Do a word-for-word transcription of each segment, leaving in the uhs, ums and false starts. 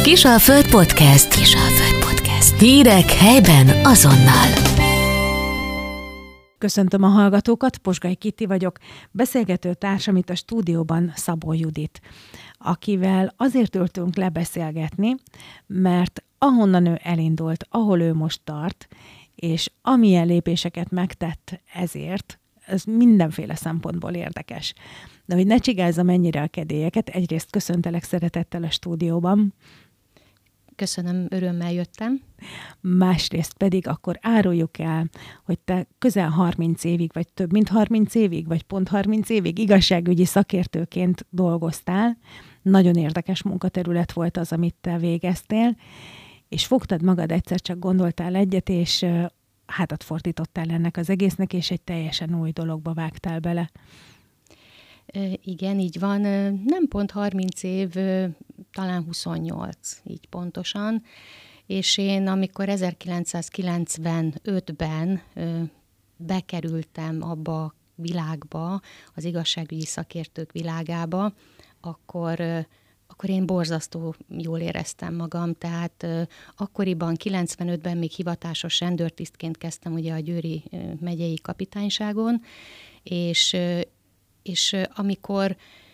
Kisalföld Podcast. Kisalföld Podcast. Hírek helyben azonnal. Köszöntöm a hallgatókat, Posgai Kitti vagyok, beszélgető társam itt a stúdióban Szabó Judit, akivel azért ültünk lebeszélgetni, mert ahonnan ő elindult, ahol ő most tart, és amilyen lépéseket megtett ezért, ez mindenféle szempontból érdekes. De hogy ne csigázzam ennyire a kedélyeket, egyrészt köszöntelek szeretettel a stúdióban. Köszönöm, örömmel jöttem. Másrészt pedig akkor áruljuk el, hogy te közel harminc évig, vagy több mint harminc évig, vagy pont harminc évig igazságügyi szakértőként dolgoztál. Nagyon érdekes munkaterület volt az, amit te végeztél, és fogtad magad, egyszer csak gondoltál egyet, és hátat fordítottál ennek az egésznek, és egy teljesen új dologba vágtál bele. Igen, így van. Nem pont harminc év, talán huszonnyolc, így pontosan. És én, amikor ezerkilencszázkilencvenötben bekerültem abba a világba, az igazságügyi szakértők világába, akkor, akkor én borzasztó jól éreztem magam. Tehát akkoriban, kilencvenötben még hivatásos rendőrtisztként kezdtem ugye a Győri megyei kapitányságon, és és amikor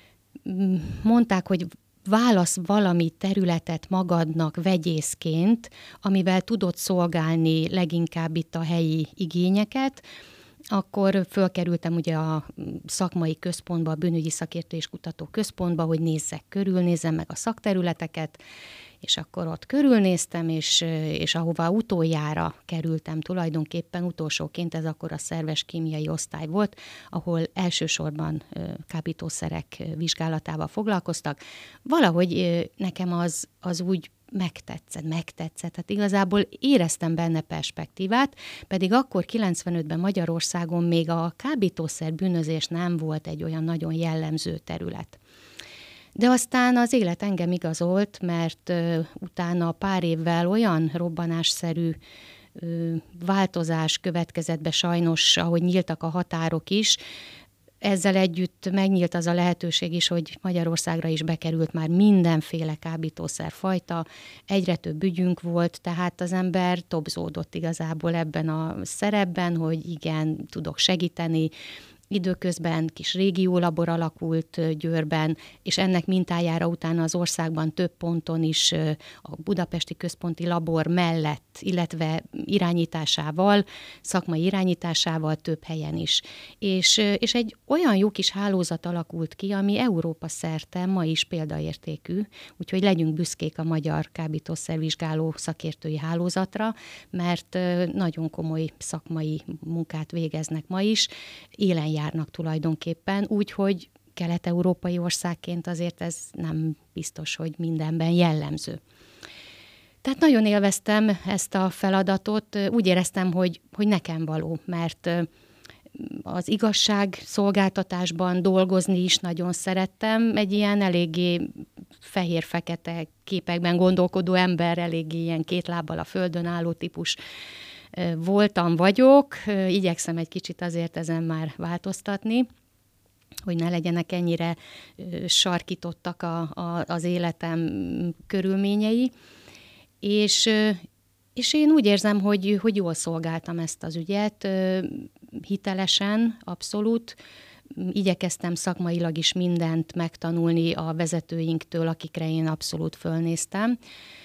mondták, hogy válasz valami területet magadnak vegyészként, amivel tudod szolgálni leginkább itt a helyi igényeket, akkor fölkerültem ugye a szakmai központba, a bűnügyi szakértő és kutató központba, hogy nézzek körül, nézzem meg a szakterületeket, és akkor ott körülnéztem, és, és ahová utoljára kerültem tulajdonképpen, utolsóként ez akkor a szerves kémiai osztály volt, ahol elsősorban kábítószerek vizsgálatával foglalkoztak. Valahogy nekem az, az úgy megtetszett, megtetszett. Hát igazából éreztem benne perspektívát, pedig akkor kilencvenötben Magyarországon még a kábítószer bűnözés nem volt egy olyan nagyon jellemző terület. De aztán az élet engem igazolt, mert uh, utána pár évvel olyan robbanásszerű uh, változás következett be sajnos, ahogy nyíltak a határok is. Ezzel együtt megnyílt az a lehetőség is, hogy Magyarországra is bekerült már mindenféle kábítószerfajta, egyre több ügyünk volt, tehát az ember tobzódott igazából ebben a szerepben, hogy igen, tudok segíteni. Időközben kis régiólabor alakult Győrben, és ennek mintájára utána az országban több ponton is a budapesti központi labor mellett, illetve irányításával, szakmai irányításával több helyen is. És, és egy olyan jó kis hálózat alakult ki, ami Európa szerte ma is példaértékű, úgyhogy legyünk büszkék a magyar kábítószervizsgáló szakértői hálózatra, mert nagyon komoly szakmai munkát végeznek ma is, élen járnak tulajdonképpen, úgyhogy kelet-európai országként azért ez nem biztos, hogy mindenben jellemző. Tehát nagyon élveztem ezt a feladatot, úgy éreztem, hogy, hogy nekem való, mert az igazságszolgáltatásban dolgozni is nagyon szerettem, egy ilyen eléggé fehér-fekete képekben gondolkodó ember, eléggé ilyen két lábbal a földön álló típus voltam, vagyok, igyekszem egy kicsit azért ezen már változtatni, hogy ne legyenek ennyire sarkítottak a, a, az életem körülményei, és, és én úgy érzem, hogy, hogy jól szolgáltam ezt az ügyet, hitelesen, abszolút, igyekeztem szakmailag is mindent megtanulni a vezetőinktől, akikre én abszolút fölnéztem.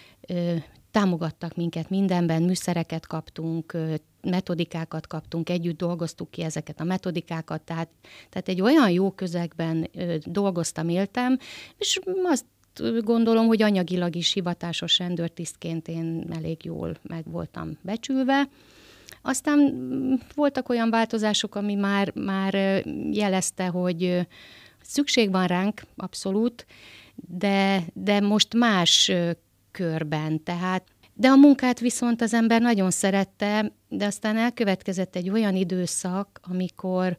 Támogattak minket mindenben, műszereket kaptunk, metodikákat kaptunk, együtt dolgoztuk ki ezeket a metodikákat, tehát, tehát egy olyan jó közegben dolgoztam, éltem, és azt gondolom, hogy anyagilag is hivatásos rendőrtisztként én elég jól meg voltam becsülve. Aztán voltak olyan változások, ami már, már jelezte, hogy szükség van ránk, abszolút, de, de most más körben, tehát de a munkát viszont az ember nagyon szerette, de aztán elkövetkezett egy olyan időszak, amikor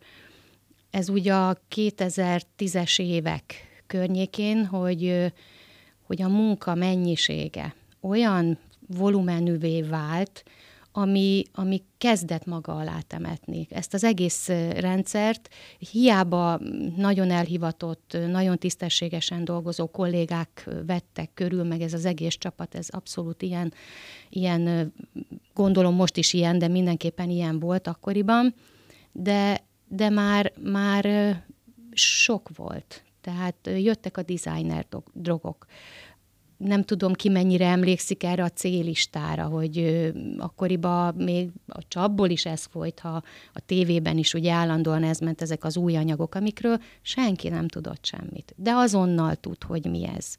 ez ugye a kétezer-tízes évek környékén, hogy, hogy a munka mennyisége olyan volumenűvé vált, ami, ami kezdett maga alá temetni. Ezt az egész rendszert hiába nagyon elhivatott, nagyon tisztességesen dolgozó kollégák vettek körül, meg ez az egész csapat, ez abszolút ilyen, ilyen gondolom most is ilyen, de mindenképpen ilyen volt akkoriban, de, de már, már sok volt. Tehát jöttek a designer drogok. Nem tudom, ki mennyire emlékszik erre a C-listára, hogy akkoriban még a csapból is ez folyt, ha a tévében is ugye állandóan ez ment, ezek az új anyagok, amikről senki nem tudott semmit. De azonnal tud, hogy mi ez.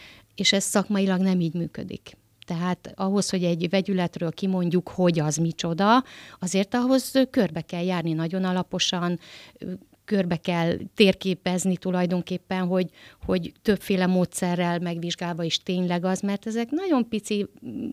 És ez szakmailag nem így működik. Tehát ahhoz, hogy egy vegyületről kimondjuk, hogy az micsoda, azért ahhoz körbe kell járni nagyon alaposan, körbe kell térképezni tulajdonképpen, hogy, hogy többféle módszerrel megvizsgálva is tényleg az, mert ezek nagyon pici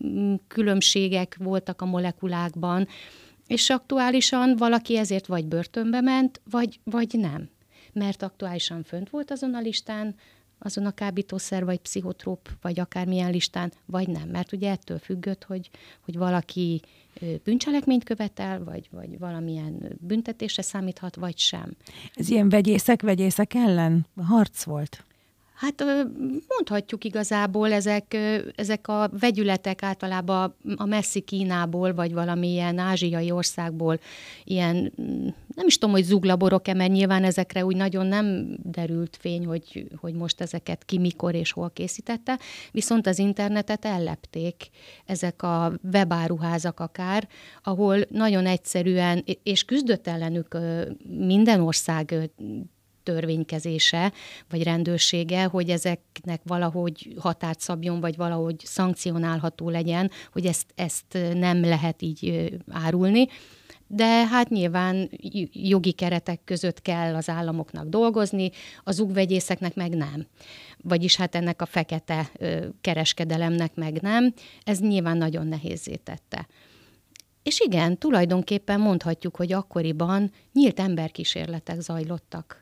különbségek voltak a molekulákban, és aktuálisan valaki ezért vagy börtönbe ment, vagy, vagy nem. Mert aktuálisan fönt volt azon a listán, azon a kábítószer, vagy pszichotróp, vagy akármilyen listán, vagy nem. Mert ugye ettől függött, hogy, hogy valaki bűncselekményt követel, vagy, vagy valamilyen büntetésre számíthat, vagy sem. Ez ilyen vegyészek, vegyészek ellen harc volt? Hát mondhatjuk igazából, ezek, ezek a vegyületek általában a messzi Kínából, vagy valamilyen ázsiai országból ilyen, nem is tudom, hogy zuglaborok-e, mert nyilván ezekre úgy nagyon nem derült fény, hogy, hogy most ezeket ki, mikor és hol készítette, viszont az internetet ellepték ezek a webáruházak akár, ahol nagyon egyszerűen, és küzdött ellenük minden ország törvénykezése, vagy rendőrsége, hogy ezeknek valahogy határt szabjon, vagy valahogy szankcionálható legyen, hogy ezt, ezt nem lehet így árulni. De hát nyilván jogi keretek között kell az államoknak dolgozni, az zugvegyészeknek meg nem. Vagyis hát ennek a fekete kereskedelemnek meg nem. Ez nyilván nagyon nehézzé tette. És igen, tulajdonképpen mondhatjuk, hogy akkoriban nyílt emberkísérletek zajlottak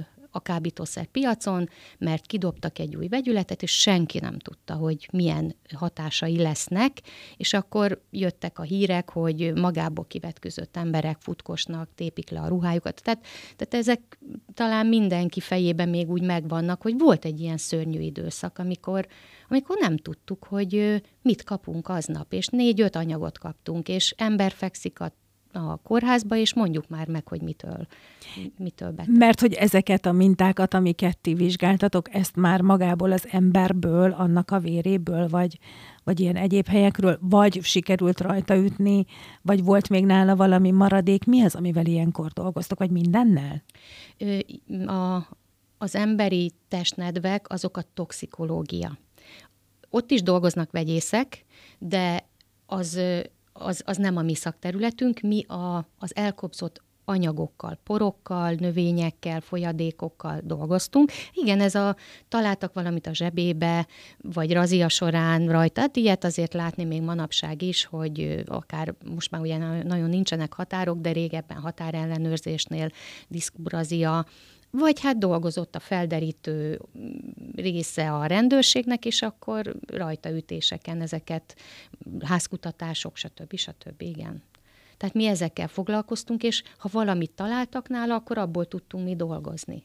a kábítószer piacon, mert kidobtak egy új vegyületet, és senki nem tudta, hogy milyen hatásai lesznek, és akkor jöttek a hírek, hogy magából kivetközött emberek futkosnak, tépik le a ruhájukat. Tehát, tehát ezek talán mindenki fejében még úgy megvannak, hogy volt egy ilyen szörnyű időszak, amikor, amikor nem tudtuk, hogy mit kapunk aznap, és négy-öt anyagot kaptunk, és ember fekszik a a kórházba, és mondjuk már meg, hogy mitől, mitől beteg. Mert hogy ezeket a mintákat, amiket ti vizsgáltatok, ezt már magából az emberből, annak a véréből, vagy, vagy ilyen egyéb helyekről, vagy sikerült rajta ütni, vagy volt még nála valami maradék. Mi az, amivel ilyenkor dolgoztok, vagy mindennel? A, az emberi testnedvek, azok a toxikológia. Ott is dolgoznak vegyészek, de az... Az, az nem a mi szakterületünk, mi a, az elkobzott anyagokkal, porokkal, növényekkel, folyadékokkal dolgoztunk. Igen, ez a találtak valamit a zsebébe, vagy razia során rajta, hát ilyet azért látni még manapság is, hogy akár most már ugye nagyon nincsenek határok, de régebben határellenőrzésnél diszkrazia, vagy hát dolgozott a felderítő része a rendőrségnek, és akkor rajtaütéseken ezeket, házkutatások, stb. stb. Igen. Tehát mi ezekkel foglalkoztunk, és ha valamit találtak nála, akkor abból tudtunk mi dolgozni.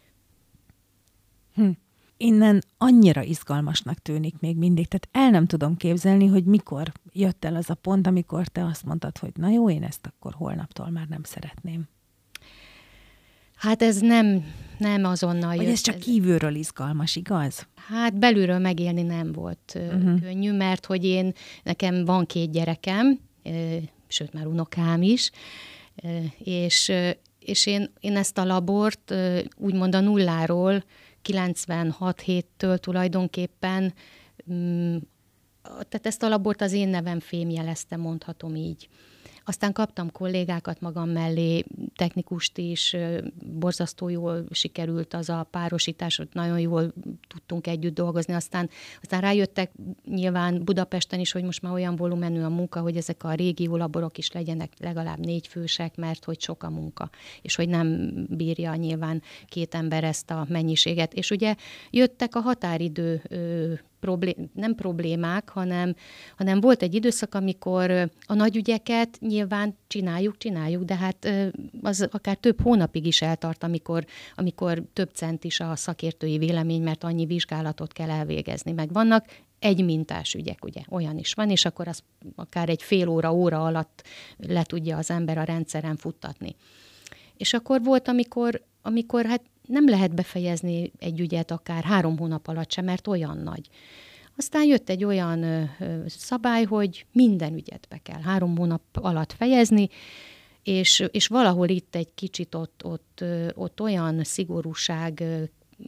Hm. Innen annyira izgalmasnak tűnik még mindig, tehát el nem tudom képzelni, hogy mikor jött el az a pont, amikor te azt mondtad, hogy na jó, én ezt akkor holnaptól már nem szeretném. Hát ez nem, nem azonnal jött. Vagy ez csak kívülről izgalmas, igaz? Hát belülről megélni nem volt uh-huh. könnyű, mert hogy én, nekem van két gyerekem, sőt már unokám is, és, és én, én ezt a labort úgymond a nulláról, kilencvenhat héttől tulajdonképpen, tehát ezt a labort az én nevem fémjelezte, mondhatom így. Aztán kaptam kollégákat magam mellé, technikust is, borzasztó jól sikerült az a párosítás, hogy nagyon jól tudtunk együtt dolgozni. Aztán, aztán rájöttek nyilván Budapesten is, hogy most már olyan volumenű a munka, hogy ezek a régió laborok is legyenek legalább négy fősek, mert hogy sok a munka, és hogy nem bírja nyilván két ember ezt a mennyiséget. És ugye jöttek a határidő Problém, nem problémák, hanem, hanem volt egy időszak, amikor a nagy ügyeket nyilván csináljuk, csináljuk, de hát az akár több hónapig is eltart, amikor, amikor több cent is a szakértői vélemény, mert annyi vizsgálatot kell elvégezni. Meg vannak egy mintás ügyek, ugye, olyan is van, és akkor az akár egy fél óra, óra alatt le tudja az ember a rendszeren futtatni. És akkor volt, amikor, amikor hát nem lehet befejezni egy ügyet akár három hónap alatt sem, mert olyan nagy. Aztán jött egy olyan ö, ö, szabály, hogy minden ügyet be kell három hónap alatt fejezni, és, és valahol itt egy kicsit ott, ott, ö, ott olyan szigorúság ö,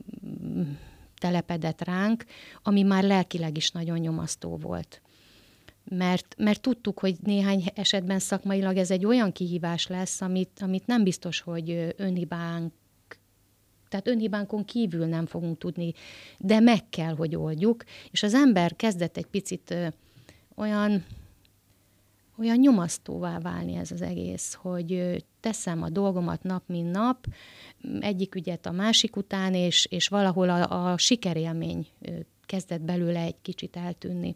telepedett ránk, ami már lelkileg is nagyon nyomasztó volt. Mert, mert tudtuk, hogy néhány esetben szakmailag ez egy olyan kihívás lesz, amit, amit nem biztos, hogy önhibánk, tehát önhibánkon kívül nem fogunk tudni, de meg kell, hogy oldjuk. És az ember kezdett egy picit ö, olyan, olyan nyomasztóvá válni ez az egész, hogy ö, teszem a dolgomat nap, mint nap, egyik ügyet a másik után, és, és valahol a, a sikerélmény ö, kezdett belőle egy kicsit eltűnni.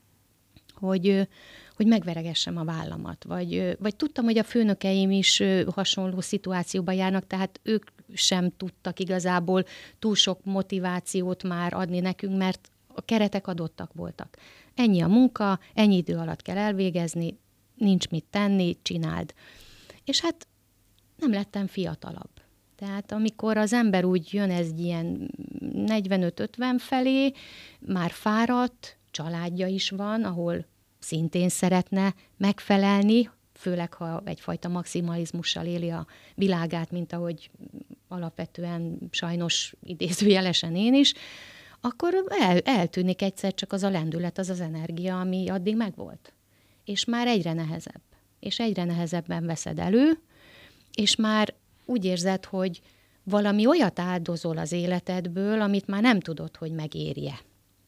Hogy, hogy megveregessem a vállamat. Vagy, vagy tudtam, hogy a főnökeim is hasonló szituációban járnak, tehát ők sem tudtak igazából túl sok motivációt már adni nekünk, mert a keretek adottak voltak. Ennyi a munka, ennyi idő alatt kell elvégezni, nincs mit tenni, csináld. És hát nem lettem fiatalabb. Tehát amikor az ember úgy jön ez ilyen negyvenöt-ötven felé, már fáradt, családja is van, ahol szintén szeretne megfelelni, főleg ha egyfajta maximalizmussal éli a világát, mint ahogy alapvetően sajnos idézőjelesen én is, akkor el, eltűnik egyszer csak az a lendület, az az energia, ami addig megvolt. És már egyre nehezebb. És egyre nehezebben veszed elő, és már úgy érzed, hogy valami olyat áldozol az életedből, amit már nem tudod, hogy megérje.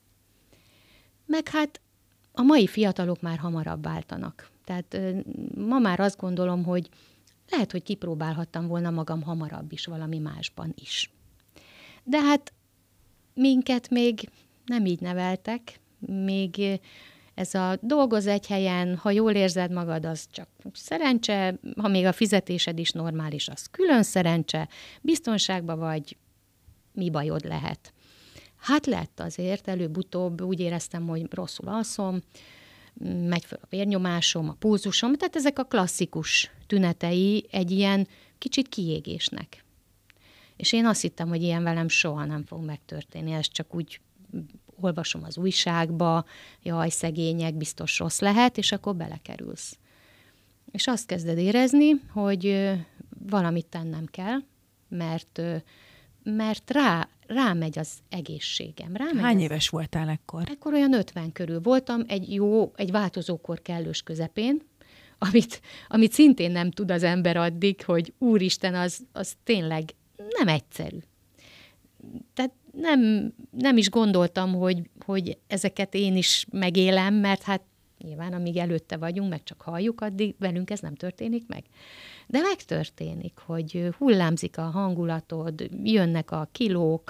Meg hát a mai fiatalok már hamarabb váltanak. Tehát ma már azt gondolom, hogy lehet, hogy kipróbálhattam volna magam hamarabb is valami másban is. De hát minket még nem így neveltek, még ez a dolgoz egy helyen, ha jól érzed magad, az csak szerencse, ha még a fizetésed is normális, az külön szerencse, biztonságban vagy, mi bajod lehet. Hát lett azért, előbb-utóbb úgy éreztem, hogy rosszul alszom, megy föl a vérnyomásom, a pulzusom, tehát ezek a klasszikus tünetei egy ilyen kicsit kiégésnek. És én azt hittem, hogy ilyen velem soha nem fog megtörténni, ez csak úgy olvasom az újságba, jaj, szegények, biztos rossz lehet, és akkor belekerülsz. És azt kezded érezni, hogy valamit tennem kell, mert, mert rá, rámegy az egészségem. Rámegy Hány az... éves voltál ekkor? Ekkor olyan ötven körül voltam, egy jó, egy változókor kellős közepén, amit, amit szintén nem tud az ember addig, hogy úristen, az, az tényleg nem egyszerű. Tehát nem, nem is gondoltam, hogy, hogy ezeket én is megélem, mert hát nyilván amíg előtte vagyunk, meg csak halljuk, addig velünk ez nem történik meg. De megtörténik, hogy hullámzik a hangulatod, jönnek a kilók,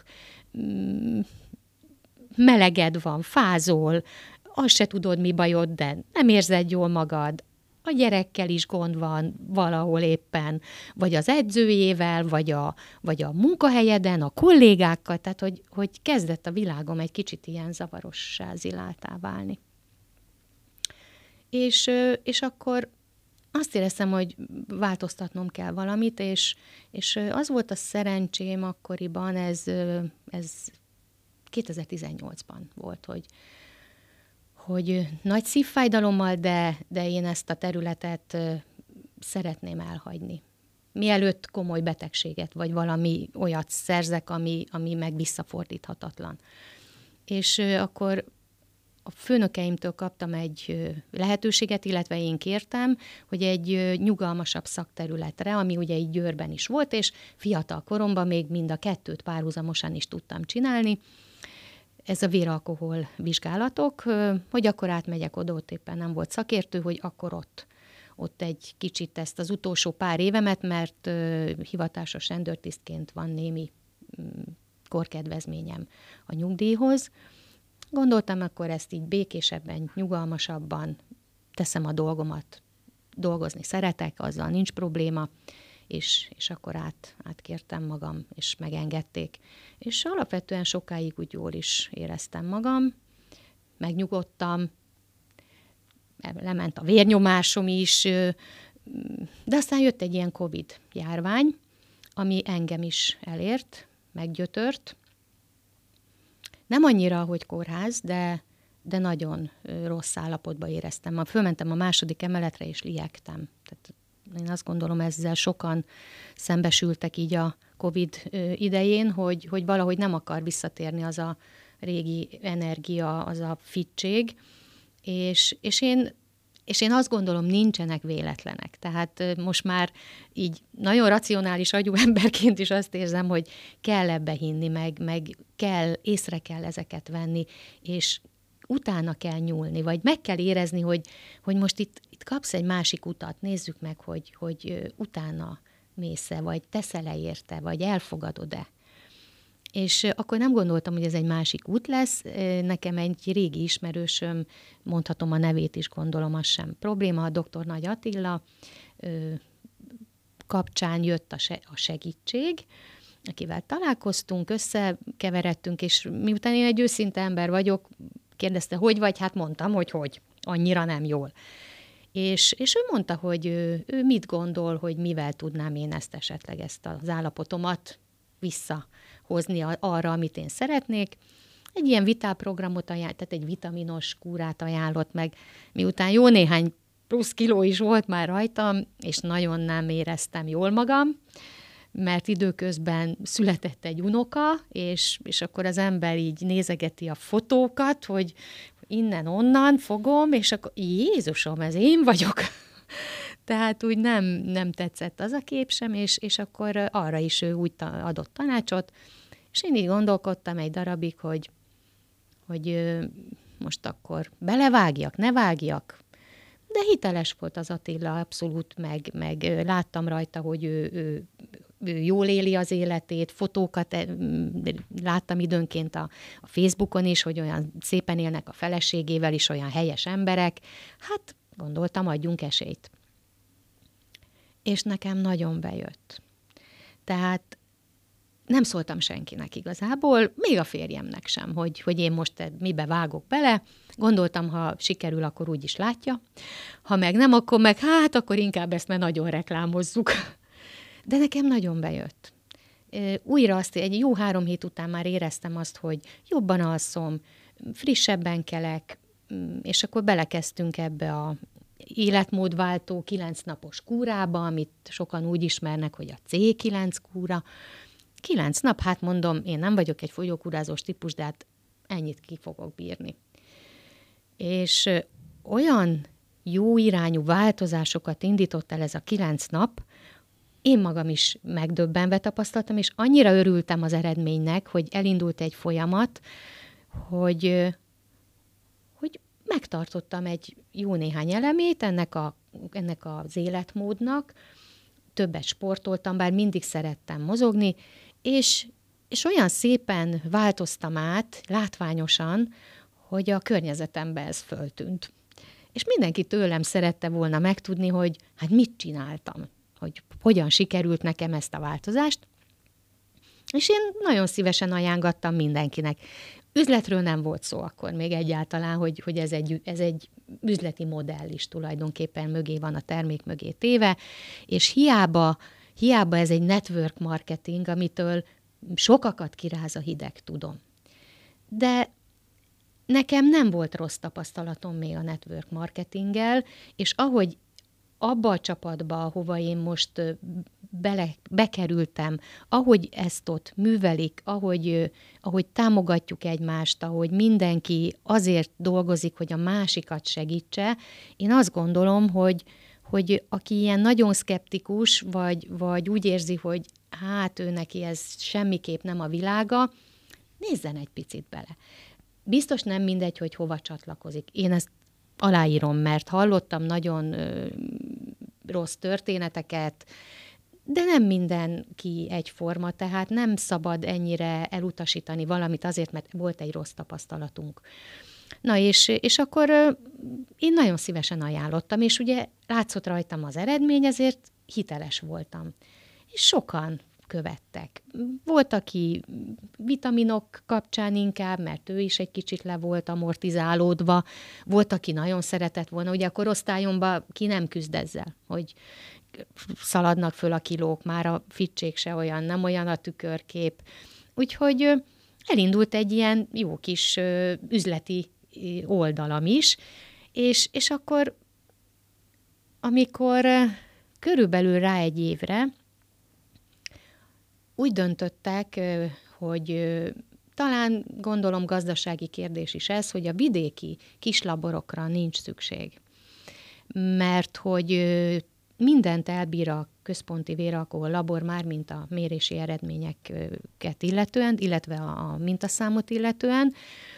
meleged van, fázol, azt se tudod, mi bajod, de nem érzed jól magad, a gyerekkel is gond van valahol éppen, vagy az edzőjével, vagy a, vagy a munkahelyeden, a kollégákkal, tehát hogy, hogy kezdett a világom egy kicsit ilyen zavarossá, ziláltá válni. És, és akkor azt éreztem, hogy változtatnom kell valamit, és, és az volt a szerencsém akkoriban, ez, ez kétezer-tizennyolcban volt, hogy hogy nagy szívfájdalommal, de, de én ezt a területet szeretném elhagyni. Mielőtt komoly betegséget, vagy valami olyat szerzek, ami, ami meg visszafordíthatatlan. És akkor a főnökeimtől kaptam egy lehetőséget, illetve én kértem, hogy egy nyugalmasabb szakterületre, ami ugye így Győrben is volt, és fiatal koromban még mind a kettőt párhuzamosan is tudtam csinálni. Ez a véralkohol vizsgálatok, hogy akkor átmegyek oda, ott éppen nem volt szakértő, hogy akkor ott, ott egy kicsit ezt az utolsó pár évemet, mert hivatásos rendőrtisztként van némi korkedvezményem a nyugdíjhoz, Gondoltam, akkor ezt így békésebben, nyugalmasabban teszem a dolgomat, dolgozni szeretek, azzal nincs probléma, és, és akkor át, átkértem magam, és megengedték. És alapvetően sokáig úgy jól is éreztem magam, megnyugodtam, lement a vérnyomásom is, de aztán jött egy ilyen Covid járvány, ami engem is elért, meggyötört. Nem annyira, hogy kórház, de, de nagyon rossz állapotba éreztem. Fölmentem a második emeletre, és liegtem. Tehát én azt gondolom, ezzel sokan szembesültek így a Covid idején, hogy, hogy valahogy nem akar visszatérni az a régi energia, az a fittség, és, és én És én azt gondolom, nincsenek véletlenek. Tehát most már így nagyon racionális agyú emberként is azt érzem, hogy kell ebbe hinni, meg, meg kell, észre kell ezeket venni, és utána kell nyúlni, vagy meg kell érezni, hogy, hogy most itt, itt kapsz egy másik utat, nézzük meg, hogy, hogy utána mész-e, vagy teszel-e érte, vagy elfogadod-e. És akkor nem gondoltam, hogy ez egy másik út lesz. Nekem egy régi ismerősöm, mondhatom a nevét is, gondolom, az sem probléma, a doktor Nagy Attila kapcsán jött a segítség, akivel találkoztunk, összekeveredtünk, és miután én egy őszinte ember vagyok, kérdezte, hogy vagy, hát mondtam, hogy hogy, annyira nem jól. És, és ő mondta, hogy ő, ő mit gondol, hogy mivel tudnám én ezt esetleg, ezt az állapotomat visszahozni arra, amit én szeretnék. Egy ilyen vitáprogramot ajánlott, tehát egy vitaminos kúrát ajánlott meg, miután jó néhány plusz kiló is volt már rajtam, és nagyon nem éreztem jól magam, mert időközben született egy unoka, és, és akkor az ember így nézegeti a fotókat, hogy innen-onnan fogom, és akkor Jézusom, ez én vagyok. Tehát úgy nem, nem tetszett az a kép sem, és, és akkor arra is ő úgy adott tanácsot, és én így gondolkodtam egy darabig, hogy, hogy most akkor belevágjak, ne vágjak, de hiteles volt az Attila abszolút, meg, meg láttam rajta, hogy ő, ő, ő jól éli az életét, fotókat láttam időnként a, a Facebookon is, hogy olyan szépen élnek a feleségével is, olyan helyes emberek. Hát gondoltam, adjunk esélyt. És nekem nagyon bejött. Tehát nem szóltam senkinek igazából, még a férjemnek sem, hogy, hogy én most mibe vágok bele. Gondoltam, ha sikerül, akkor úgy is látja. Ha meg nem, akkor meg hát, akkor inkább ezt már nagyon reklámozzuk. De nekem nagyon bejött. Újra azt, egy jó három hét után már éreztem azt, hogy jobban alszom, frissebben kelek, és akkor belekezdtünk ebbe a életmódváltó kilenc napos kúrába, amit sokan úgy ismernek, hogy a cé kilenc kúra. Kilenc nap, hát mondom, én nem vagyok egy fogyókúrázós típus, de hát ennyit ki fogok bírni. És olyan jó irányú változásokat indított el ez a kilenc nap, én magam is megdöbbenve tapasztaltam, és annyira örültem az eredménynek, hogy elindult egy folyamat, hogy, hogy megtartottam egy jó néhány elemét ennek, a, ennek az életmódnak, többet sportoltam, bár mindig szerettem mozogni, és, és olyan szépen változtam át, látványosan, hogy a környezetemben ez föltűnt. És mindenki tőlem szerette volna megtudni, hogy hát mit csináltam, hogy hogyan sikerült nekem ezt a változást, és én nagyon szívesen ajánlgattam mindenkinek. Üzletről nem volt szó akkor még egyáltalán, hogy, hogy ez, egy, ez egy üzleti modell is tulajdonképpen mögé van, a termék mögé téve, és hiába, hiába ez egy network marketing, amitől sokakat kiráz a hideg, tudom. De nekem nem volt rossz tapasztalatom még a network marketinggel, és ahogy abba a csapatba, ahova én most bele, bekerültem, ahogy ezt ott művelik, ahogy, ahogy támogatjuk egymást, ahogy mindenki azért dolgozik, hogy a másikat segítse, én azt gondolom, hogy, hogy aki ilyen nagyon szkeptikus, vagy, vagy úgy érzi, hogy hát ő neki ez semmiképp nem a világa, nézzen egy picit bele. Biztos nem mindegy, hogy hova csatlakozik. Én ezt aláírom, mert hallottam nagyon ö, rossz történeteket, de nem mindenki egyforma, tehát nem szabad ennyire elutasítani valamit azért, mert volt egy rossz tapasztalatunk. Na és, és akkor én nagyon szívesen ajánlottam, és ugye látszott rajtam az eredmény, ezért hiteles voltam. És sokan követtek. Volt, aki vitaminok kapcsán inkább, mert ő is egy kicsit le volt amortizálódva. Volt, aki nagyon szeretett volna. Ugye a korosztályomban ki nem küzd ezzel, hogy szaladnak föl a kilók, már a fittség se olyan, nem olyan a tükörkép. Úgyhogy elindult egy ilyen jó kis üzleti oldalam is, és, és akkor, amikor körülbelül rá egy évre úgy döntöttek, hogy talán gondolom gazdasági kérdés is ez, hogy a vidéki kislaborokra nincs szükség. Mert hogy mindent elbír a központi véralkohol labor már, mint a mérési eredményeket illetően, illetve a mintaszámot illetően,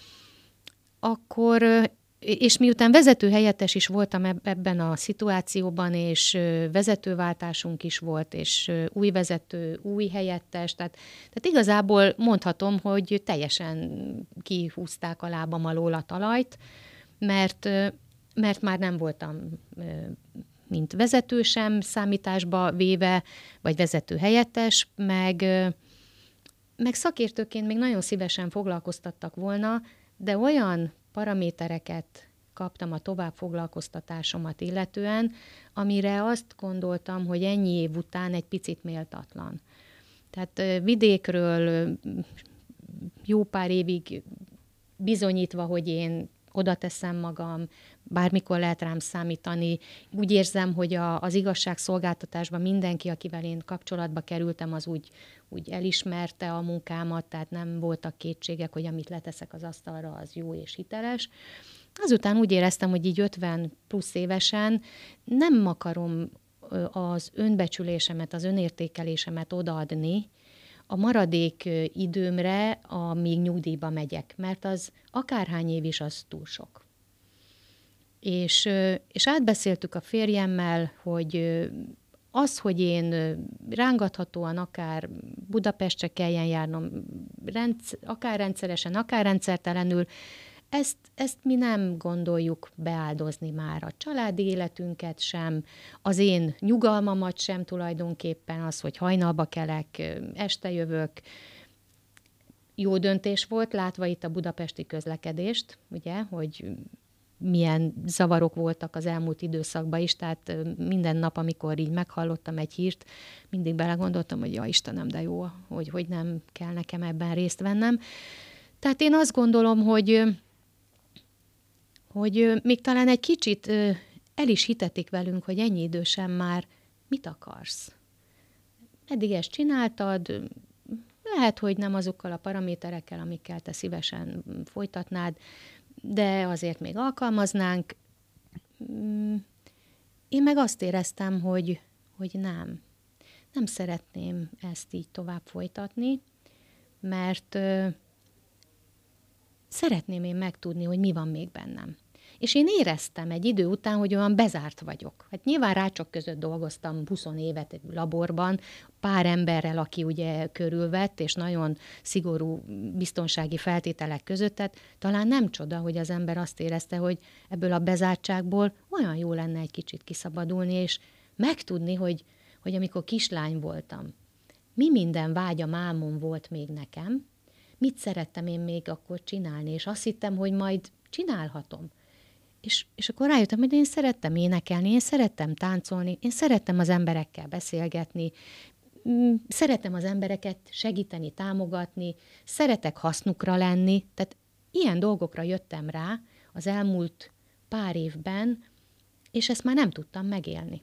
akkor, és miután vezetőhelyettes is voltam ebben a szituációban, és vezetőváltásunk is volt, és új vezető, új helyettes, tehát, tehát igazából mondhatom, hogy teljesen kihúzták a lábam alól a talajt, mert, mert már nem voltam mint vezető sem számításba véve, vagy vezető helyettes, meg, meg szakértőként még nagyon szívesen foglalkoztattak volna, de olyan paramétereket kaptam a továbbfoglalkoztatásomat illetően, amire azt gondoltam, hogy ennyi év után egy picit méltatlan. Tehát vidékről jó pár évig bizonyítva, hogy én oda teszem magam, bármikor lehet rám számítani. Úgy érzem, hogy a, az igazságszolgáltatásban mindenki, akivel én kapcsolatba kerültem, az úgy, úgy elismerte a munkámat, tehát nem voltak kétségek, hogy amit leteszek az asztalra, az jó és hiteles. Azután úgy éreztem, hogy így ötven plusz évesen nem akarom az önbecsülésemet, az önértékelésemet odaadni a maradék időmre, amíg nyugdíjba megyek, mert az akárhány év is, az túl sok. És, és átbeszéltük a férjemmel, hogy az, hogy én rángathatóan akár Budapestre kelljen járnom, rendsz, akár rendszeresen, akár rendszertelenül, ezt, ezt mi nem gondoljuk beáldozni már, a családi életünket sem, az én nyugalmamat sem tulajdonképpen, az, hogy hajnalba kelek, este jövök. Jó döntés volt, látva itt a budapesti közlekedést, ugye, hogy milyen zavarok voltak az elmúlt időszakban is, tehát minden nap, amikor így meghallottam egy hírt, mindig belegondoltam, hogy ja Istenem, de jó, hogy, hogy nem kell nekem ebben részt vennem. Tehát én azt gondolom, hogy, hogy még talán egy kicsit el is hitetik velünk, hogy ennyi idősen már mit akarsz. Eddig ezt csináltad, lehet, hogy nem azokkal a paraméterekkel, amikkel te szívesen folytatnád, de azért még alkalmaznánk. Én meg azt éreztem, hogy, hogy nem. Nem szeretném ezt így tovább folytatni, mert ö, szeretném én megtudni, hogy mi van még bennem. És én éreztem egy idő után, hogy olyan bezárt vagyok. Hát nyilván rácsok között dolgoztam húsz évet egy laborban, pár emberrel, aki ugye körülvett, és nagyon szigorú biztonsági feltételek között, tehát talán nem csoda, hogy az ember azt érezte, hogy ebből a bezártságból olyan jó lenne egy kicsit kiszabadulni, és megtudni, hogy, hogy amikor kislány voltam, mi minden vágyam, álmom volt még nekem, mit szerettem én még akkor csinálni, és azt hittem, hogy majd csinálhatom. És, és akkor rájöttem, hogy én szerettem énekelni, én szerettem táncolni, én szerettem az emberekkel beszélgetni, szeretem az embereket segíteni, támogatni, szeretek hasznukra lenni. Tehát ilyen dolgokra jöttem rá az elmúlt pár évben, és ezt már nem tudtam megélni.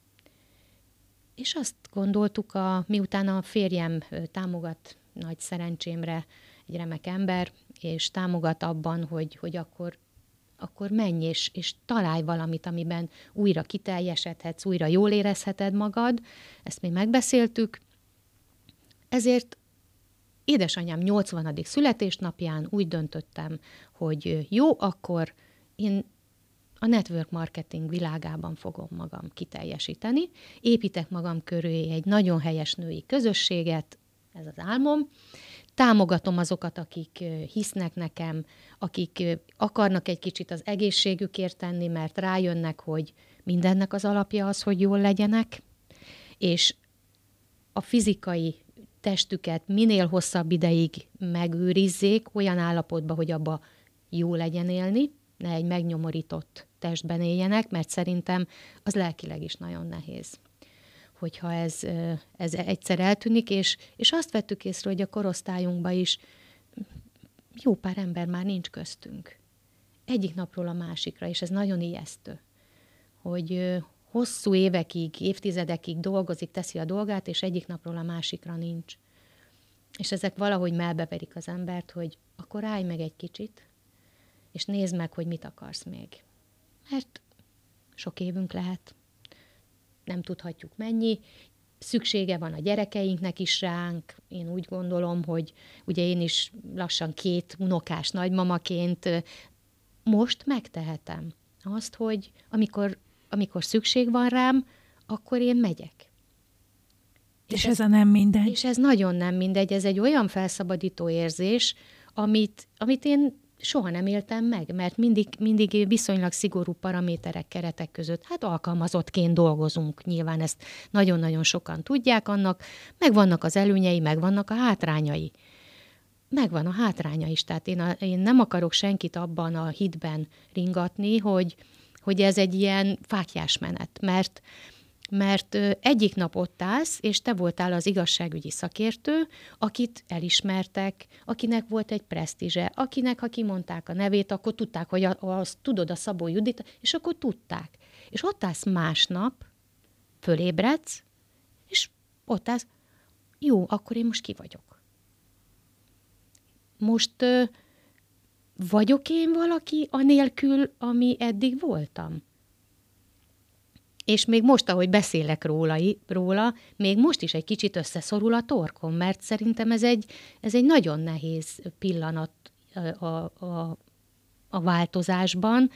És azt gondoltuk, a, miután a férjem támogat, nagy szerencsémre egy remek ember, és támogat abban, hogy, hogy akkor akkor menj és, és találj valamit, amiben újra kiteljesedhetsz, újra jól érezheted magad. Ezt mi megbeszéltük. Ezért édesanyám nyolcvanadik születésnapján úgy döntöttem, hogy jó, akkor én a network marketing világában fogom magam kiteljesíteni, építek magam köré egy nagyon helyes női közösséget, ez az álmom, támogatom azokat, akik hisznek nekem, akik akarnak egy kicsit az egészségükért tenni, mert rájönnek, hogy mindennek az alapja az, hogy jól legyenek, és a fizikai testüket minél hosszabb ideig megőrizzék olyan állapotban, hogy abba jó legyen élni, ne egy megnyomorított testben éljenek, mert szerintem az lelkileg is nagyon nehéz, hogyha ez, ez egyszer eltűnik, és, és azt vettük észre, hogy a korosztályunkban is jó pár ember már nincs köztünk. Egyik napról a másikra, és ez nagyon ijesztő, hogy hosszú évekig, évtizedekig dolgozik, teszi a dolgát, és egyik napról a másikra nincs. És ezek valahogy melbeverik az embert, hogy akkor állj meg egy kicsit, és nézd meg, hogy mit akarsz még. Mert sok évünk lehet, nem tudhatjuk mennyi, szüksége van a gyerekeinknek is ránk. Én úgy gondolom, hogy ugye én is lassan két unokás nagymamaként most megtehetem azt, hogy amikor, amikor szükség van rám, akkor én megyek. És, és ez a nem mindegy. És ez nagyon nem mindegy, ez egy olyan felszabadító érzés, amit, amit én soha nem éltem meg, mert mindig, mindig viszonylag szigorú paraméterek, keretek között, hát alkalmazottként dolgozunk, nyilván ezt nagyon-nagyon sokan tudják annak, megvannak az előnyei, megvannak a hátrányai. Megvan a hátránya is, tehát én, a, én nem akarok senkit abban a hitben ringatni, hogy, hogy ez egy ilyen fáklyás menet, mert mert egyik nap ott állsz, és te voltál az igazságügyi szakértő, akit elismertek, akinek volt egy presztízse, akinek, ha kimondták a nevét, akkor tudták, hogy azt tudod a Szabó Judit, és akkor tudták. És ott állsz másnap, fölébredsz, és ott állsz, jó, akkor én most ki vagyok. Most ö, vagyok én valaki anélkül, ami eddig voltam? És még most, ahogy beszélek róla, róla, még most is egy kicsit összeszorul a torkom, mert szerintem ez egy, ez egy nagyon nehéz pillanat a, a, a változásban.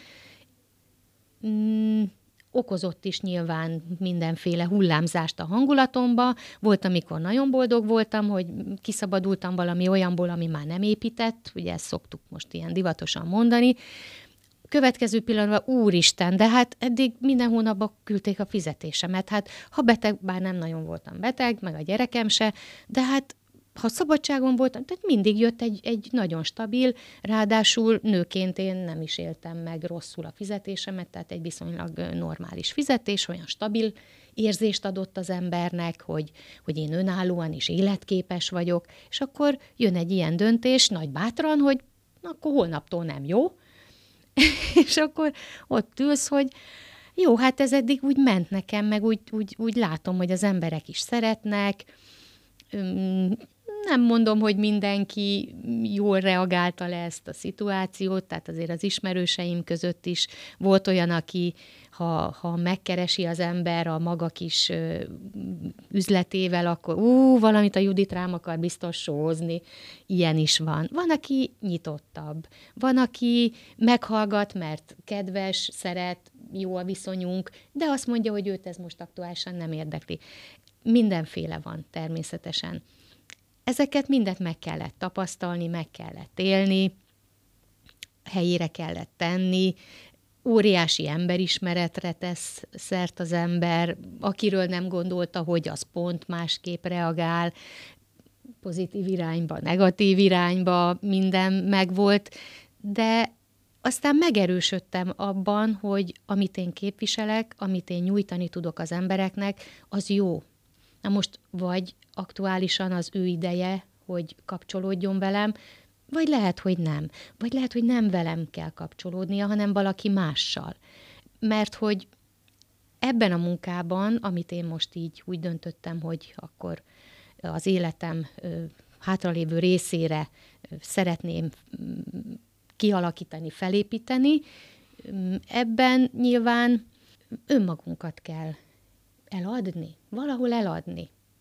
Mm, okozott is nyilván mindenféle hullámzást a hangulatomba. Volt, amikor nagyon boldog voltam, hogy kiszabadultam valami olyanból, ami már nem épített, ugye ezt szoktuk most ilyen divatosan mondani. Következő pillanatban, úristen, de hát eddig minden hónapban küldték a fizetésemet. Hát ha beteg, bár nem nagyon voltam beteg, meg a gyerekem se, de hát ha szabadságon voltam, tehát mindig jött egy, egy nagyon stabil, ráadásul nőként én nem is éltem meg rosszul a fizetésemet, tehát egy viszonylag normális fizetés, olyan stabil érzést adott az embernek, hogy, hogy én önállóan is életképes vagyok, és akkor jön egy ilyen döntés, nagy bátran, hogy akkor holnaptól nem jó, és akkor ott ülsz, hogy jó, hát ez eddig úgy ment nekem, meg úgy, úgy, úgy látom, hogy az emberek is szeretnek. Nem mondom, hogy mindenki jól reagálta le ezt a szituációt, tehát azért az ismerőseim között is volt olyan, aki, ha, ha megkeresi az ember a maga kis üzletével, akkor ú, valamit a Judit rám akar biztos sózni. Ilyen is van. Van, aki nyitottabb. Van, aki meghallgat, mert kedves, szeret, jó a viszonyunk, de azt mondja, hogy őt ez most aktuálisan nem érdekli. Mindenféle van természetesen. Ezeket mindet meg kellett tapasztalni, meg kellett élni, helyére kellett tenni, óriási emberismeretre tesz szert az ember, akiről nem gondolta, hogy az pont másképp reagál, pozitív irányba, negatív irányba, minden megvolt, de aztán megerősödtem abban, hogy amit én képviselek, amit én nyújtani tudok az embereknek, az jó. Na most vagy aktuálisan az ő ideje, hogy kapcsolódjon velem, vagy lehet, hogy nem. Vagy lehet, hogy nem velem kell kapcsolódnia, hanem valaki mással. Mert hogy ebben a munkában, amit én most így úgy döntöttem, hogy akkor az életem ö, hátralévő részére ö, szeretném ö, kialakítani, felépíteni, ö, ebben nyilván önmagunkat kell eladni, valahol eladni.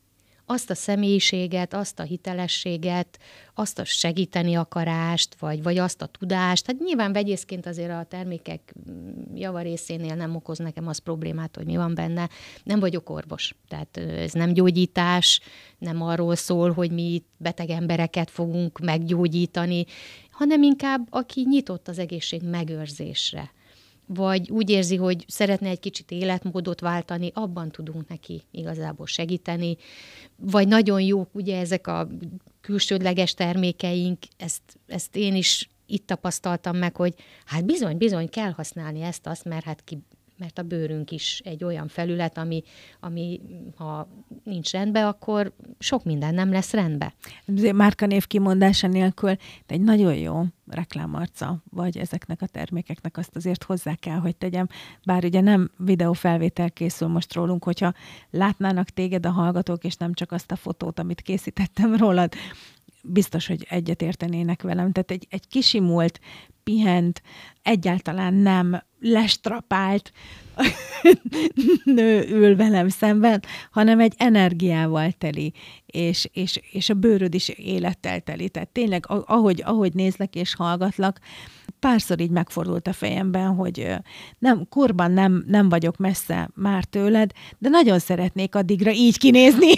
azt a személyiséget, azt a hitelességet, azt a segíteni akarást, vagy, vagy azt a tudást. Hát nyilván vegyészként azért a termékek javarészénél nem okoz nekem az problémát, hogy mi van benne. Nem vagyok orvos, tehát ez nem gyógyítás, nem arról szól, hogy mi beteg embereket fogunk meggyógyítani, hanem inkább aki nyitott az egészség megőrzésre. Vagy úgy érzi, hogy szeretne egy kicsit életmódot váltani, abban tudunk neki igazából segíteni. Vagy nagyon jók ugye ezek a külsődleges termékeink, ezt, ezt én is itt tapasztaltam meg, hogy hát bizony, bizony kell használni ezt-azt, mert hát ki, mert a bőrünk is egy olyan felület, ami, ami ha nincs rendben, akkor sok minden nem lesz rendben. Márkanév kimondása nélkül egy nagyon jó reklámarca vagy ezeknek a termékeknek, azt azért hozzá kell, hogy tegyem. Bár ugye nem videófelvétel készül most rólunk, hogyha látnának téged a hallgatók, és nem csak azt a fotót, amit készítettem rólad, biztos, hogy egyetértenének velem. Tehát egy, egy kisimult, pihent, egyáltalán nem lestrapált nő ül velem szemben, hanem egy energiával teli, és, és, és a bőröd is élettel teli. Tehát tényleg, ahogy, ahogy nézlek és hallgatlak, párszor így megfordult a fejemben, hogy nem, korban nem, nem vagyok messze már tőled, de nagyon szeretnék addigra így kinézni,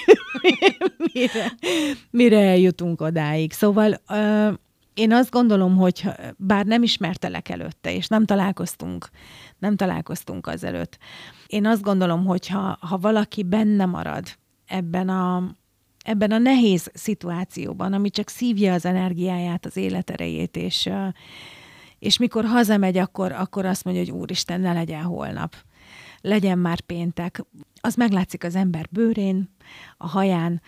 mire, mire eljutunk odáig. Szóval uh, én azt gondolom, hogy bár nem ismertelek előtte, és nem találkoztunk, nem találkoztunk azelőtt, én azt gondolom, hogy ha, ha valaki benne marad ebben a, ebben a nehéz szituációban, ami csak szívja az energiáját, az életerejét, és, és mikor hazamegy, akkor, akkor azt mondja, hogy Úristen, ne legyen holnap, legyen már péntek. Az meglátszik az ember bőrén, a haján,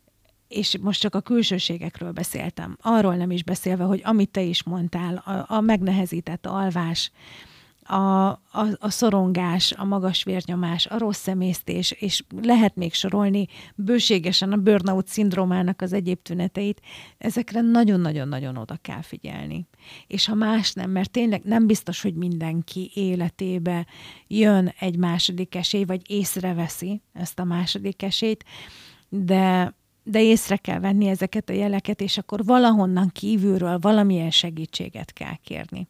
és most csak a külsőségekről beszéltem. Arról nem is beszélve, hogy amit te is mondtál, a, a megnehezített alvás, a, a, a szorongás, a magas vérnyomás, a rossz emésztés, és lehet még sorolni bőségesen a burnout szindrómának az egyéb tüneteit, ezekre nagyon-nagyon-nagyon oda kell figyelni. És ha más nem, mert tényleg nem biztos, hogy mindenki életébe jön egy második esély, vagy észreveszi ezt a második esélyt, de de észre kell venni ezeket a jeleket, és akkor valahonnan kívülről valamilyen segítséget kell kérni.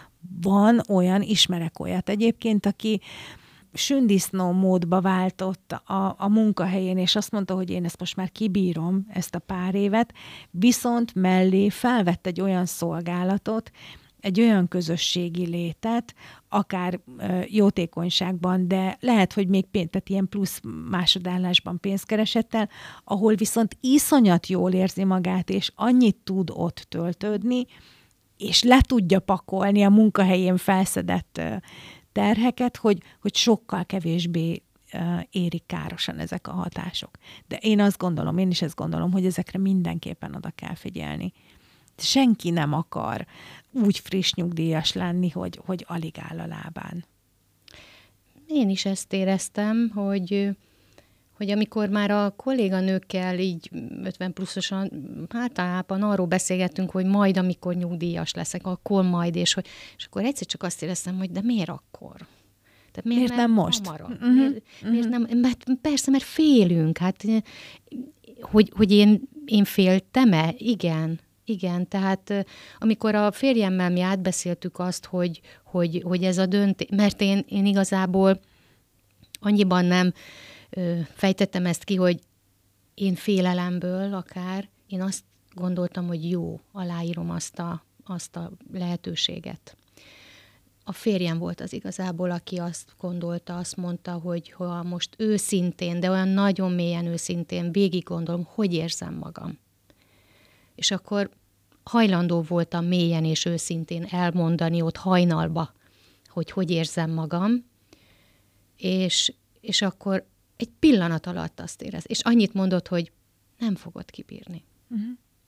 Van olyan, ismerek olyat egyébként, aki sündisznó módba váltott a, a munkahelyén, és azt mondta, hogy én ezt most már kibírom, ezt a pár évet, viszont mellé felvett egy olyan szolgálatot, egy olyan közösségi létet, akár ö, jótékonyságban, de lehet, hogy még pénz, tehát ilyen plusz másodállásban pénzkeresettel, ahol viszont iszonyat jól érzi magát, és annyit tud ott töltődni, és le tudja pakolni a munkahelyén felszedett ö, terheket, hogy, hogy sokkal kevésbé ö, érik károsan ezek a hatások. De én azt gondolom, én is ezt gondolom, hogy ezekre mindenképpen oda kell figyelni. Senki nem akar úgy friss nyugdíjas lenni, hogy, hogy alig áll a lábán. Én is ezt éreztem, hogy, hogy amikor már a kolléganőkkel így ötven pluszosan általában arról beszélgettünk, hogy majd, amikor nyugdíjas leszek, akkor majd, és, hogy, és akkor egyszer csak azt éreztem, hogy de miért akkor? Tehát miért, miért nem most? Uh-huh. Miért, uh-huh. miért nem? Mert persze, mert félünk. Hát, hogy, hogy én, én féltem-e? Igen. Igen, tehát amikor a férjemmel mi átbeszéltük azt, hogy, hogy, hogy ez a döntés, mert én, én igazából annyiban nem ö, fejtettem ezt ki, hogy én félelemből akár, én azt gondoltam, hogy jó, aláírom azt a, azt a lehetőséget. A férjem volt az igazából, aki azt gondolta, azt mondta, hogy ha most őszintén, de olyan nagyon mélyen őszintén végig gondolom, hogy érzem magam. És akkor hajlandó voltam mélyen és őszintén elmondani ott hajnalba, hogy hogy érzem magam, és, és akkor egy pillanat alatt azt érez. És annyit mondott, hogy nem fogod kibírni. Uh-huh.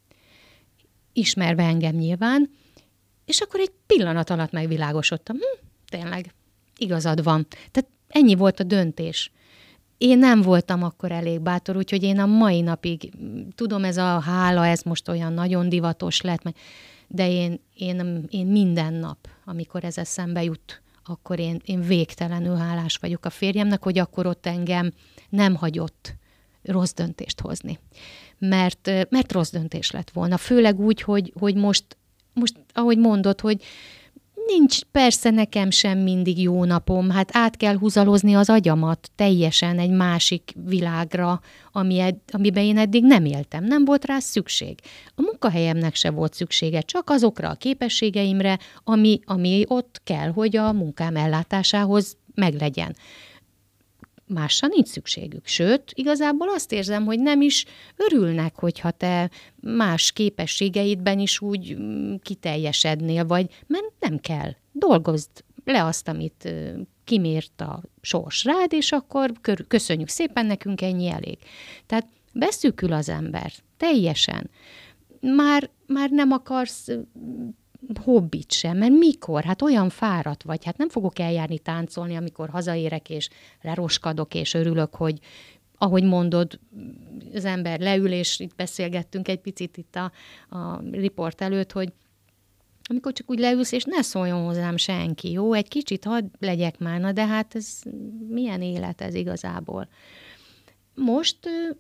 Ismerve engem nyilván, és akkor egy pillanat alatt megvilágosodtam. Hm, tényleg, igazad van. Tehát ennyi volt a döntés. Én nem voltam akkor elég bátor, úgyhogy én a mai napig, tudom, ez a hála, ez most olyan nagyon divatos lett, de én, én, én minden nap, amikor ez eszembe jut, akkor én, én végtelenül hálás vagyok a férjemnek, hogy akkor ott engem nem hagyott rossz döntést hozni. Mert, mert rossz döntés lett volna. Főleg úgy, hogy, hogy most, most, ahogy mondod, hogy nincs persze nekem sem mindig jó napom, hát át kell húzalozni az agyamat teljesen egy másik világra, ami ed, amiben én eddig nem éltem, nem volt rá szükség. A munkahelyemnek se volt szüksége, csak azokra a képességeimre, ami, ami ott kell, hogy a munkám ellátásához meglegyen. Másra nincs szükségük. Sőt, igazából azt érzem, hogy nem is örülnek, hogyha te más képességeidben is úgy kiteljesednél, vagy mert nem kell. Dolgozd le azt, amit kimért a sors rád, és akkor köszönjük szépen, nekünk ennyi elég. Tehát beszűkül az ember. Teljesen. Már, már nem akarsz hobbit sem, mert mikor? Hát olyan fáradt vagy, hát nem fogok eljárni táncolni, amikor hazaérek, és leroskadok, és örülök, hogy ahogy mondod, az ember leül, és itt beszélgettünk egy picit itt a, a riport előtt, hogy amikor csak úgy leülsz, és ne szóljon hozzám senki, jó? Egy kicsit hadd legyek már, na de hát ez milyen élet ez igazából? Most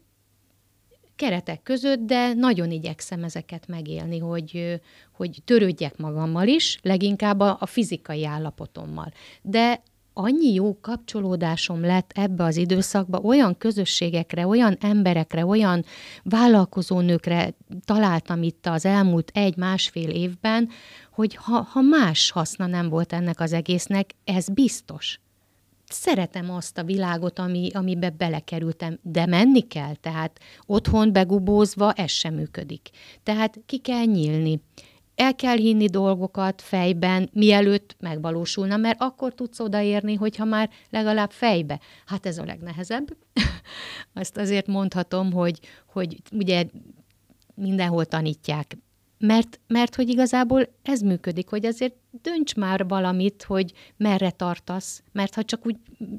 keretek között, de nagyon igyekszem ezeket megélni, hogy, hogy törődjek magammal is, leginkább a, a fizikai állapotommal. De annyi jó kapcsolódásom lett ebbe az időszakba, olyan közösségekre, olyan emberekre, olyan vállalkozónőkre találtam itt az elmúlt egy-másfél évben, hogy ha, ha más haszna nem volt ennek az egésznek, ez biztos. Szeretem azt a világot, ami, amibe belekerültem, de menni kell, tehát otthon begubózva ez sem működik. Tehát ki kell nyílni. El kell hinni dolgokat fejben, mielőtt megvalósulna, mert akkor tudsz odaérni, hogyha már legalább fejbe. Hát ez a legnehezebb. Azt azért mondhatom, hogy, hogy ugye mindenhol tanítják. Mert, mert hogy igazából ez működik, hogy azért dönts már valamit, hogy merre tartasz, mert ha csak úgy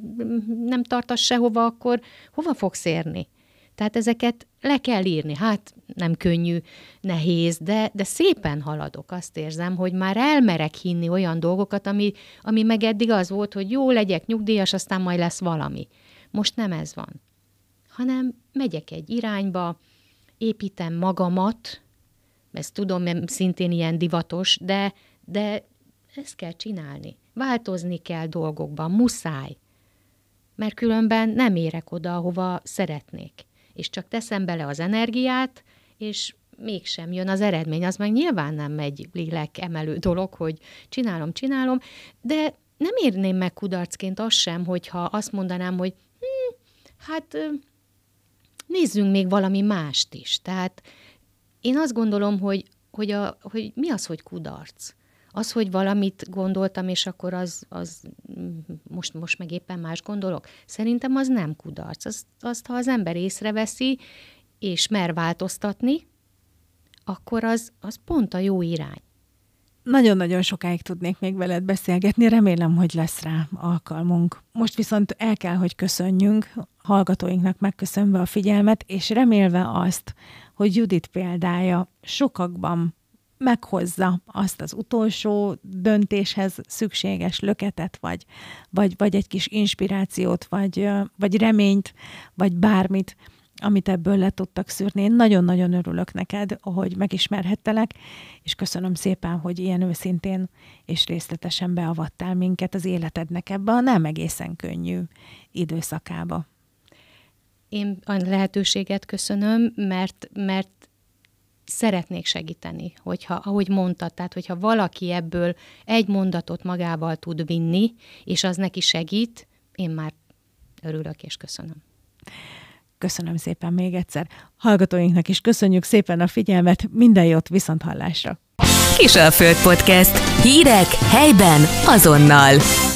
nem tartasz sehova, akkor hova fogsz érni? Tehát ezeket le kell írni. Hát nem könnyű, nehéz, de, de szépen haladok. Azt érzem, hogy már elmerek hinni olyan dolgokat, ami, ami meg eddig az volt, hogy jó, legyek nyugdíjas, aztán majd lesz valami. Most nem ez van, hanem megyek egy irányba, építem magamat, ezt tudom, mert szintén ilyen divatos, de, de ezt kell csinálni. Változni kell dolgokban, muszáj. Mert különben nem érek oda, ahova szeretnék. És csak teszem bele az energiát, és mégsem jön az eredmény. Az meg nyilván nem egy lélek emelő dolog, hogy csinálom, csinálom, de nem érném meg kudarcként azt sem, hogyha azt mondanám, hogy hm, hát nézzünk még valami mást is. Tehát én azt gondolom, hogy, hogy, a, hogy mi az, hogy kudarc? Az, hogy valamit gondoltam, és akkor az, az most, most meg éppen más gondolok. Szerintem az nem kudarc. Azt, azt ha az ember észreveszi, és mer változtatni, akkor az, az pont a jó irány. Nagyon-nagyon sokáig tudnék még veled beszélgetni, remélem, hogy lesz rá alkalmunk. Most viszont el kell, hogy köszönjünk, hallgatóinknak megköszönve a figyelmet, és remélve azt, hogy Judit példája sokakban meghozza azt az utolsó döntéshez szükséges löketet, vagy, vagy, vagy egy kis inspirációt, vagy, vagy reményt, vagy bármit, amit ebből le tudtak szűrni. Én nagyon-nagyon örülök neked, hogy megismerhettelek, és köszönöm szépen, hogy ilyen őszintén és részletesen beavattál minket az életednek ebbe a nem egészen könnyű időszakába. Én a lehetőséget köszönöm, mert, mert szeretnék segíteni, hogyha, ahogy mondtad, tehát hogyha valaki ebből egy mondatot magával tud vinni, és az neki segít, én már örülök és köszönöm. Köszönöm szépen még egyszer. Hallgatóinknak is köszönjük szépen a figyelmet, minden jót, viszonthallásra. Kisalföld Podcast. Hírek helyben azonnal.